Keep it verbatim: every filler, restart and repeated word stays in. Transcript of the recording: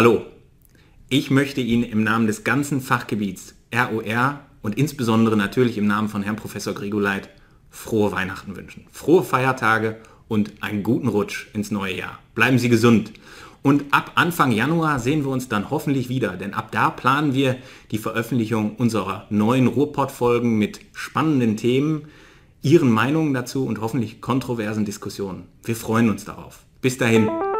Hallo, ich möchte Ihnen im Namen des ganzen Fachgebiets R O R und insbesondere natürlich im Namen von Herrn Professor Grigoleit frohe Weihnachten wünschen. Frohe Feiertage und einen guten Rutsch ins neue Jahr. Bleiben Sie gesund. Und ab Anfang Januar sehen wir uns dann hoffentlich wieder, denn ab da planen wir die Veröffentlichung unserer neuen Ruhrpott-Folgen mit spannenden Themen, Ihren Meinungen dazu und hoffentlich kontroversen Diskussionen. Wir freuen uns darauf. Bis dahin.